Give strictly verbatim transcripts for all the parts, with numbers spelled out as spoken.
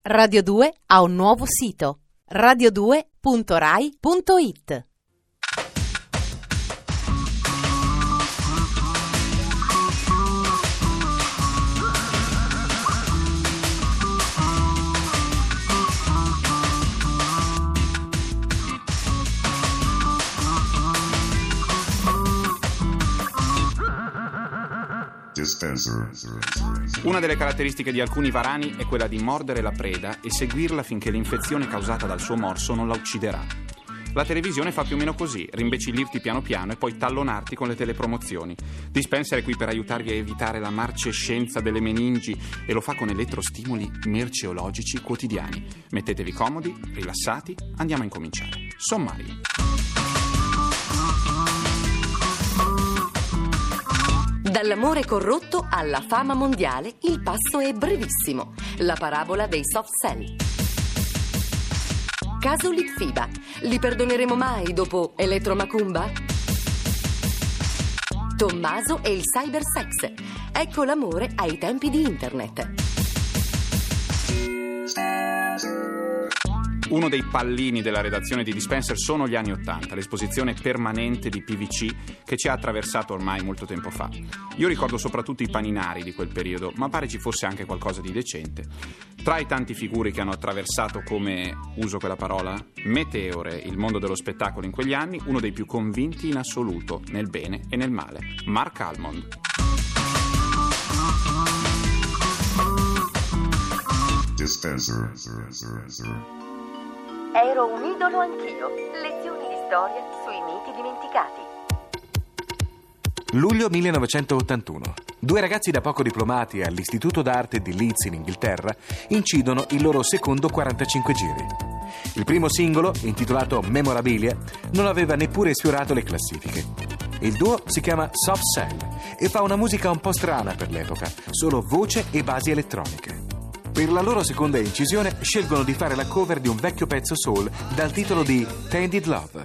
Radio due ha un nuovo sito: radio due punto rai punto it. Una delle caratteristiche di alcuni varani è quella di mordere la preda e seguirla finché l'infezione causata dal suo morso non la ucciderà. La televisione fa più o meno così: rimbecillirti piano piano e poi tallonarti con le telepromozioni. Dispenser è qui per aiutarvi a evitare la marcescenza delle meningi e lo fa con elettrostimoli merceologici quotidiani. Mettetevi comodi, rilassati, andiamo a incominciare. Sommario. Dall'amore corrotto alla fama mondiale, il passo è brevissimo. La parabola dei soft sell. Caso Litfiba. Li perdoneremo mai dopo Elettromacumba? Tommaso e il cybersex. Ecco l'amore ai tempi di internet. Uno dei pallini della redazione di Dispenser sono gli anni Ottanta, l'esposizione permanente di P V C che ci ha attraversato ormai molto tempo fa. Io ricordo soprattutto i paninari di quel periodo, ma pare ci fosse anche qualcosa di decente. Tra i tanti figuri che hanno attraversato, come, uso quella parola, meteore, il mondo dello spettacolo in quegli anni, uno dei più convinti in assoluto, nel bene e nel male, Marc Almond. Dispenser. Ero un idolo anch'io. Lezioni di storia sui miti dimenticati. Luglio millenovecentottantuno. Due ragazzi da poco diplomati all'Istituto d'Arte di Leeds in Inghilterra incidono il loro secondo quarantacinque giri. Il primo singolo, intitolato Memorabilia, non aveva neppure sfiorato le classifiche. Il duo si chiama Soft Cell e fa una musica un po' strana per l'epoca, solo voce e basi elettroniche. Per la loro seconda incisione scelgono di fare la cover di un vecchio pezzo soul dal titolo di Tainted Love.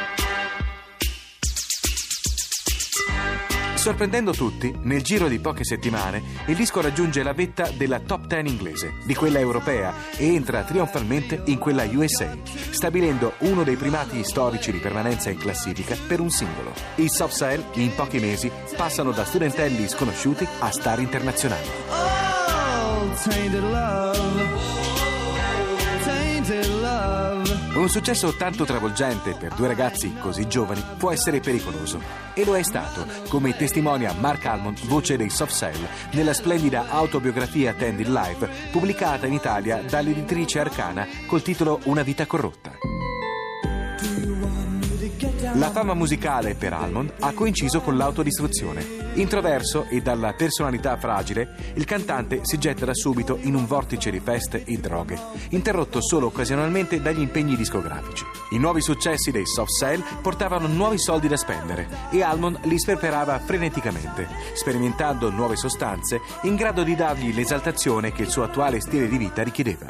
Sorprendendo tutti, nel giro di poche settimane il disco raggiunge la vetta della top dieci inglese, di quella europea e entra trionfalmente in quella U S A, stabilendo uno dei primati storici di permanenza in classifica per un singolo. I Soft Cell in pochi mesi passano da studentelli sconosciuti a star internazionali. Tainted love, tainted love. Un successo tanto travolgente per due ragazzi così giovani può essere pericoloso, e lo è stato, come testimonia Marc Almond, voce dei Soft Cell, nella splendida autobiografia Tainted Live pubblicata in Italia dall'editrice Arcana col titolo Una vita corrotta. La fama musicale per Almond ha coinciso con l'autodistruzione. Introverso e dalla personalità fragile, il cantante si getta da subito in un vortice di feste e droghe, interrotto solo occasionalmente dagli impegni discografici. I nuovi successi dei Soft Cell portavano nuovi soldi da spendere e Almond li sperperava freneticamente, sperimentando nuove sostanze in grado di dargli l'esaltazione che il suo attuale stile di vita richiedeva.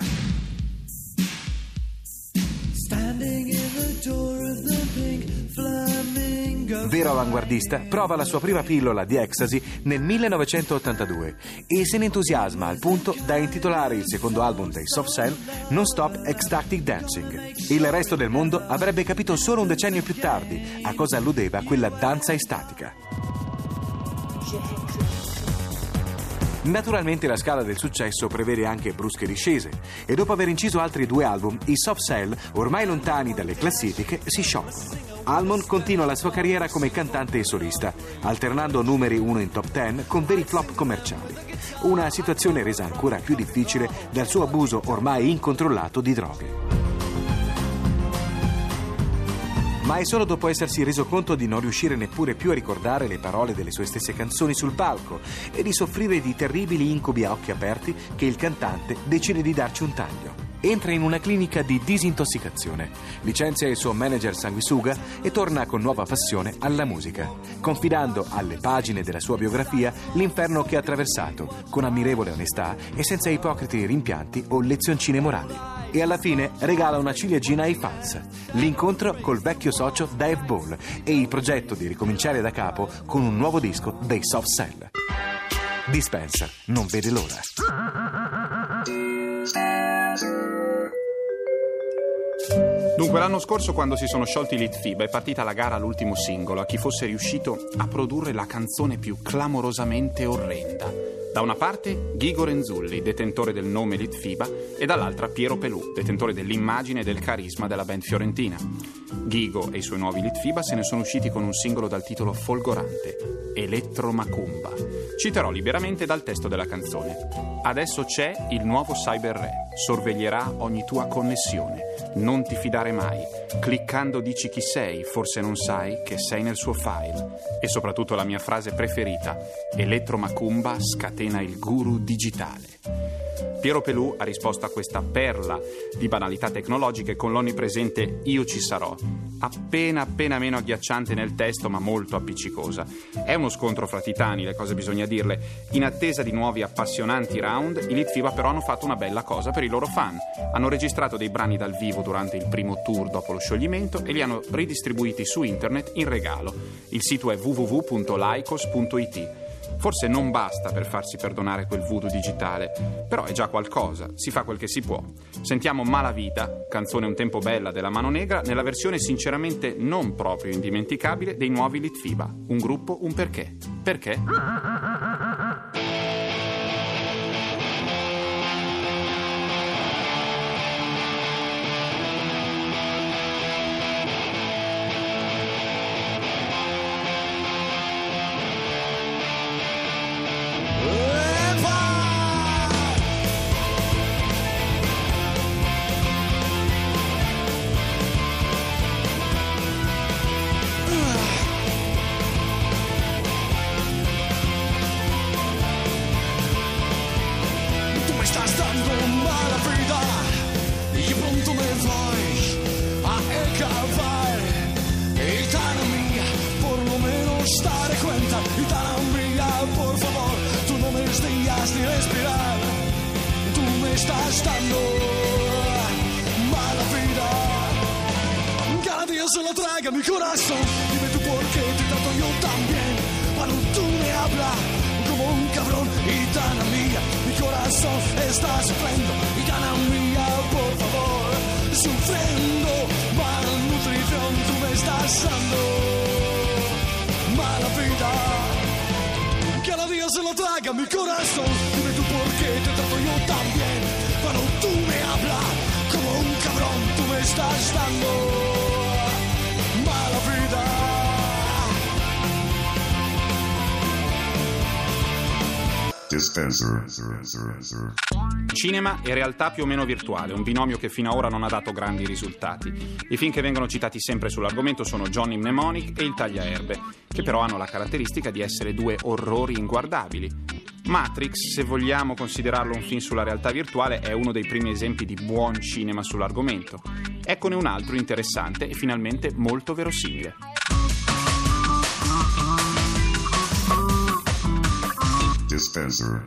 Vero avanguardista, prova la sua prima pillola di ecstasy nel millenovecentottantadue e se ne entusiasma al punto da intitolare il secondo album dei Soft Cell Non Stop Ecstatic Dancing. Il resto del mondo avrebbe capito solo un decennio più tardi a cosa alludeva quella danza estatica. Naturalmente la scala del successo prevede anche brusche discese e dopo aver inciso altri due album, i Soft Cell, ormai lontani dalle classifiche, si sciolgono. Almond continua la sua carriera come cantante e solista, alternando numeri uno in top dieci con veri flop commerciali. Una situazione resa ancora più difficile dal suo abuso ormai incontrollato di droghe. Ma è solo dopo essersi reso conto di non riuscire neppure più a ricordare le parole delle sue stesse canzoni sul palco e di soffrire di terribili incubi a occhi aperti che il cantante decide di darci un taglio. Entra in una clinica di disintossicazione, licenzia il suo manager sanguisuga e torna con nuova passione alla musica, confidando alle pagine della sua biografia l'inferno che ha attraversato, con ammirevole onestà e senza ipocriti rimpianti o lezioncine morali. E alla fine regala una ciliegina ai fans, l'incontro col vecchio socio Dave Ball e il progetto di ricominciare da capo con un nuovo disco dei Soft Cell. Dispenser non vede l'ora. Dunque, l'anno scorso, quando si sono sciolti i Litfiba, è partita la gara all'ultimo singolo a chi fosse riuscito a produrre la canzone più clamorosamente orrenda. Da una parte Ghigo Renzulli, detentore del nome Litfiba, e dall'altra Piero Pelù, detentore dell'immagine e del carisma della band fiorentina. Ghigo e i suoi nuovi Litfiba se ne sono usciti con un singolo dal titolo folgorante, Elettro Macumba. Citerò liberamente dal testo della canzone. Adesso c'è il nuovo cyber re, sorveglierà ogni tua connessione. Non ti fidare mai. Cliccando dici chi sei, forse non sai che sei nel suo file. E soprattutto la mia frase preferita: Elettro Macumba scatena il guru digitale. Piero Pelù ha risposto a questa perla di banalità tecnologiche con l'onnipresente Io ci sarò, appena appena meno agghiacciante nel testo ma molto appiccicosa. È uno scontro fra titani, le cose bisogna dirle. In attesa di nuovi appassionanti round, i Litfiba però hanno fatto una bella cosa per i loro fan. Hanno registrato dei brani dal vivo durante il primo tour dopo lo scioglimento e li hanno ridistribuiti su internet in regalo. Il sito è w w w punto lycos punto i t. Forse non basta per farsi perdonare quel voodoo digitale, però è già qualcosa, si fa quel che si può. Sentiamo Malavita, canzone un tempo bella della Mano Negra, nella versione sinceramente non proprio indimenticabile dei nuovi Litfiba. Un gruppo, un perché. Perché? Di respirar, tú me estás dando mala vida. Cada día se lo traga mi corazón. Dime tú por qué te trato yo tan bien. Cuando tú me hablas como un cabrón. Gitana mía, mi corazón está sufriendo. Gitana mía, por favor, sufriendo malnutrición. Tú me estás dando mala vida. Cada día se lo traga mi corazón. Dime tú por qué te trato yo tan bien. Cuando tú me hablas como un cabrón, tú me estás dando mala vida. Dispenser. Cinema e realtà più o meno virtuale, un binomio che fino ad ora non ha dato grandi risultati. I film che vengono citati sempre sull'argomento sono Johnny Mnemonic e Il Tagliaerbe, che però hanno la caratteristica di essere due orrori inguardabili. Matrix, se vogliamo considerarlo un film sulla realtà virtuale, è uno dei primi esempi di buon cinema sull'argomento. Eccone un altro interessante e finalmente molto verosimile. Dispenser.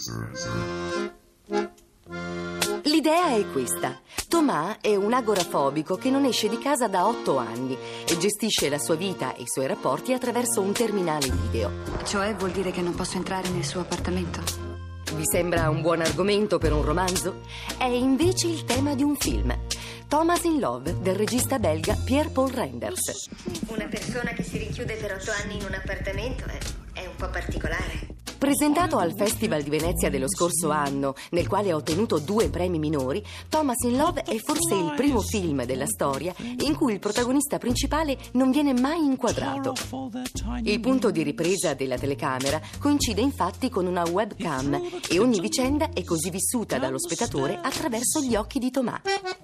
L'idea è questa. Tomà è un agorafobico che non esce di casa da otto anni e gestisce la sua vita e i suoi rapporti attraverso un terminale video. Cioè vuol dire che non posso entrare nel suo appartamento? Vi sembra un buon argomento per un romanzo? È invece il tema di un film. Thomas in Love, del regista belga Pierre Paul Renders. Una persona che si rinchiude per otto anni in un appartamento è, è un po' particolare. Presentato al Festival di Venezia dello scorso anno, nel quale ha ottenuto due premi minori, Thomas in Love è forse il primo film della storia in cui il protagonista principale non viene mai inquadrato. Il punto di ripresa della telecamera coincide infatti con una webcam e ogni vicenda è così vissuta dallo spettatore attraverso gli occhi di Thomas.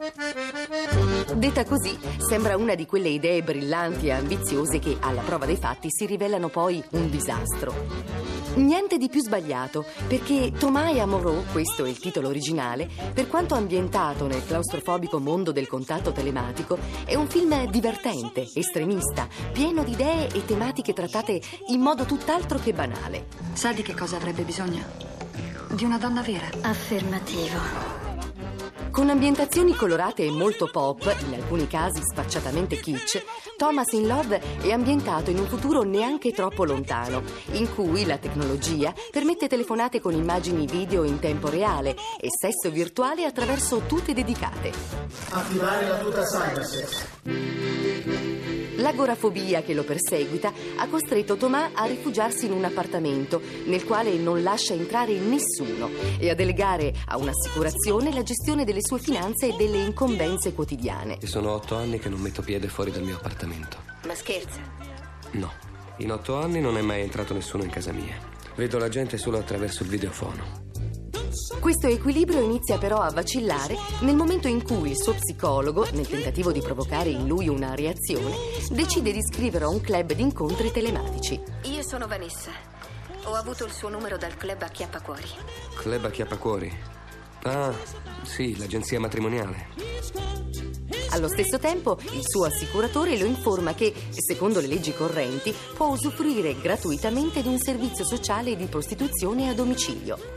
Detta così, sembra una di quelle idee brillanti e ambiziose che, alla prova dei fatti, si rivelano poi un disastro. Niente di più sbagliato, perché Thomas et Amoureux, questo è il titolo originale, per quanto ambientato nel claustrofobico mondo del contatto telematico, è un film divertente, estremista, pieno di idee e tematiche trattate in modo tutt'altro che banale. Sa di che cosa avrebbe bisogno? Di una donna vera. Affermativo. Con ambientazioni colorate e molto pop, in alcuni casi sfacciatamente kitsch, Thomas in Love è ambientato in un futuro neanche troppo lontano, in cui la tecnologia permette telefonate con immagini video in tempo reale e sesso virtuale attraverso tute dedicate. Attivare la tuta CyberSex. L'agorafobia che lo perseguita ha costretto Thomas a rifugiarsi in un appartamento nel quale non lascia entrare nessuno e a delegare a un'assicurazione la gestione delle sue finanze e delle incombenze quotidiane. E sono otto anni che non metto piede fuori dal mio appartamento. Ma scherza? No, in otto anni non è mai entrato nessuno in casa mia. Vedo la gente solo attraverso il videofono. Questo equilibrio inizia però a vacillare nel momento in cui il suo psicologo, nel tentativo di provocare in lui una reazione, decide di iscriverlo a un club di incontri telematici. Io sono Vanessa. Ho avuto il suo numero dal club Acchiappacuori. Club Acchiappacuori? Ah, sì, l'agenzia matrimoniale. Allo stesso tempo, il suo assicuratore lo informa che, secondo le leggi correnti, può usufruire gratuitamente di un servizio sociale di prostituzione a domicilio.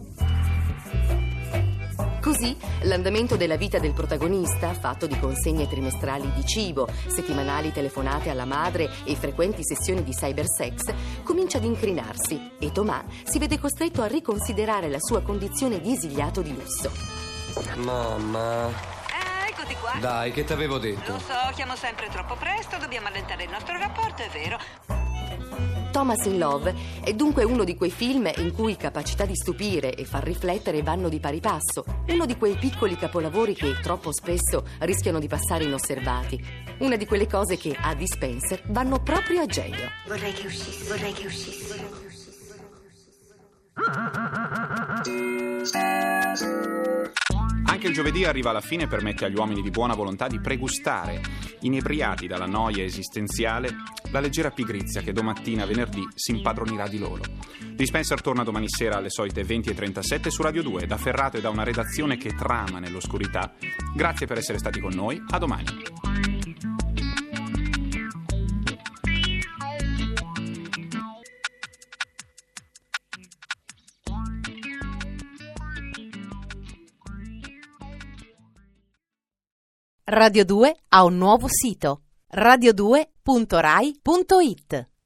Così, l'andamento della vita del protagonista, fatto di consegne trimestrali di cibo, settimanali telefonate alla madre e frequenti sessioni di cybersex, comincia ad incrinarsi e Thomas si vede costretto a riconsiderare la sua condizione di esiliato di lusso. Mamma... Ah, eccoti qua. Dai, che t'avevo detto? Lo so, chiamo sempre troppo presto, dobbiamo allentare il nostro rapporto, è vero. Thomas in Love è dunque uno di quei film in cui capacità di stupire e far riflettere vanno di pari passo, uno di quei piccoli capolavori che troppo spesso rischiano di passare inosservati, una di quelle cose che a Dispenser vanno proprio a genio. Vorrei che uscissi, vorrei che uscissi. Anche il giovedì arriva alla fine e permette agli uomini di buona volontà di pregustare, inebriati dalla noia esistenziale, la leggera pigrizia che domattina, venerdì, si impadronirà di loro. Dispenser torna domani sera alle solite venti e trentasette su Radio due, da Ferrato e da una redazione che trama nell'oscurità. Grazie per essere stati con noi, a domani. Radio due ha un nuovo sito, radio due punto rai punto it.